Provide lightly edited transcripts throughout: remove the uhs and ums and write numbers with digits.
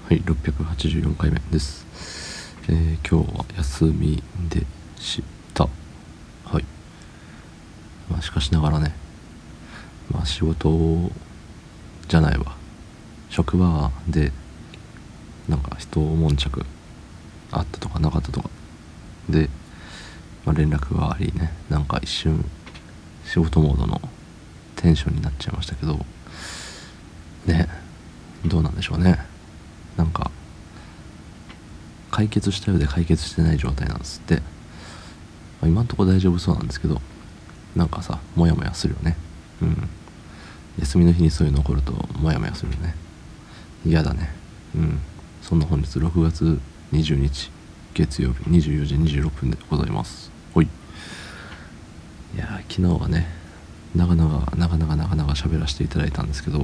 はい、684回目です。今日は休みでした。はい。しかしながらね、仕事じゃないわ。職場でなんか一悶着あったとかなかったとかで、連絡がありね、なんか一瞬仕事モードのテンションになっちゃいましたけど、ね、どうなんでしょうね。なんか解決したようで解決してない状態なんですって。今んとこ大丈夫そうなんですけど、なんかさ、モヤモヤするよね。休みの日にそういうの起こるとモヤモヤするよね。嫌だね。そんな本日6月20日月曜日24時26分でございます。ほい。いや昨日はね、長々喋らせていただいたんですけど、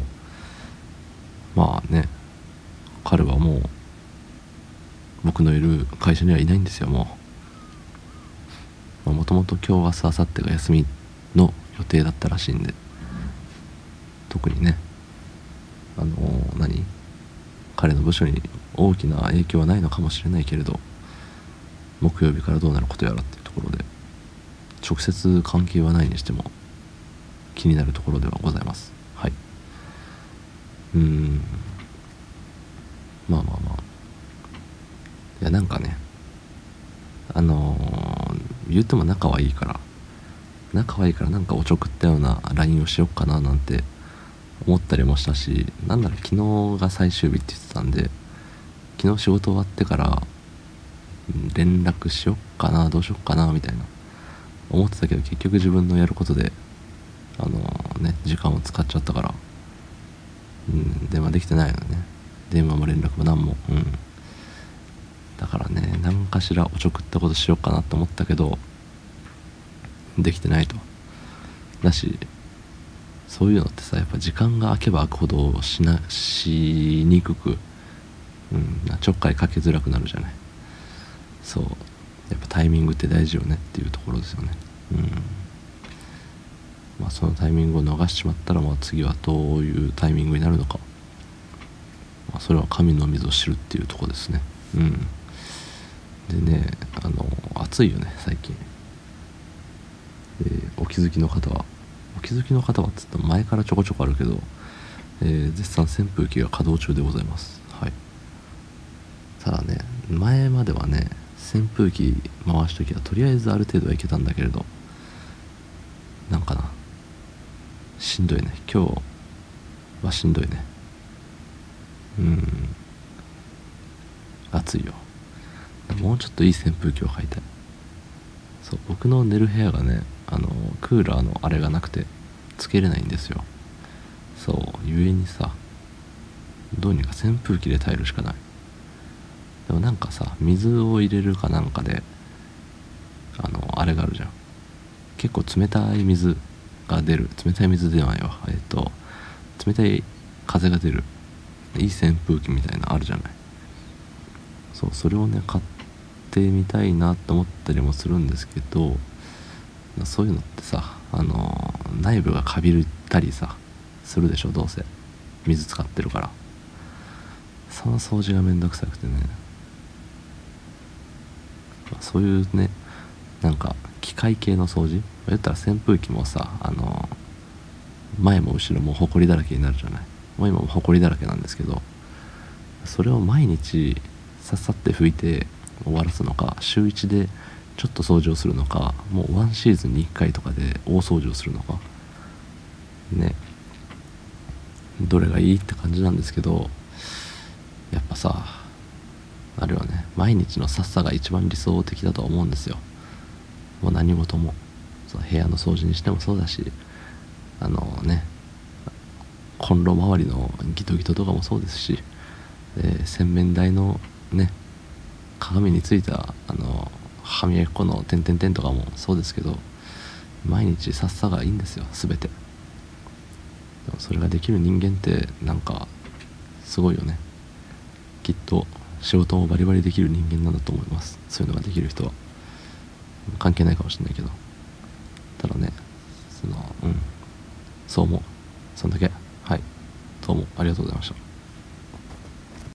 彼はもう僕のいる会社にはいないんですよ。もともと今日明日明後日が休みの予定だったらしいんで、特にね彼の部署に大きな影響はないのかもしれないけれど、木曜日からどうなることやらっていうところで、直接関係はないにしても気になるところではございます。はい。いやなんかね、言っても仲はいいからなんかおちょくったような LINE をしよっかななんて思ったりもしたし、昨日が最終日って言ってたんで、昨日仕事終わってから連絡しよっかなどうしよっかなみたいな思ってたけど、結局自分のやることで時間を使っちゃったから、電話できてないのね。電話も連絡も何も。だからね、何かしらおちょくったことしようかなと思ったけどできてないと。だし、そういうのってさ、やっぱ時間が空けば空くほどしにくく、ちょっかいかけづらくなるじゃない。そう、やっぱタイミングって大事よねっていうところですよね。そのタイミングを逃しちまったら、次はどういうタイミングになるのか、それは神の水を知るっていうところですね。でね、暑いよね最近。お気づきの方はっつっても前からちょこちょこあるけど、絶賛扇風機が稼働中でございます。はい。ただね、前まではね、扇風機回すときはとりあえずある程度はいけたんだけれど、しんどいね。今日はしんどいね。暑いよ。もうちょっといい扇風機を買いたい。そう、僕の寝る部屋がね、クーラーのあれがなくてつけれないんですよ。そう、ゆえにさ、どうにか扇風機で耐えるしかない。でも水を入れるかなんかであれがあるじゃん。結構冷たい水が出る。冷たい水ではないわ。冷たい風が出るいい扇風機みたいなあるじゃない。そう、それをね買ってみたいなと思ったりもするんですけど、そういうのってさ、内部がかびたりさするでしょ。どうせ水使ってるから、その掃除がめんどくさくてね。そういうね、機械系の掃除、言ったら扇風機もさ、前も後ろもホコリだらけになるじゃない。今もホコリだらけなんですけど、それを毎日さっさって拭いて終わらすのか、週1でちょっと掃除をするのか、もうワンシーズンに1回とかで大掃除をするのかね、どれがいいって感じなんですけど、やっぱさ、あれはね、毎日のさっさが一番理想的だとは思うんですよ。もう何事も、その部屋の掃除にしてもそうだし、コンロ周りのギトギトとかもそうですし、洗面台のね、鏡についた歯磨き粉の点々点とかもそうですけど、毎日さっさがいいんですよ、全て。でもそれができる人間ってすごいよね。きっと仕事もバリバリできる人間なんだと思います。そういうのができる人は。関係ないかもしれないけど、ただね、そう思う。そんだけ。はい、どうもありがとうございました。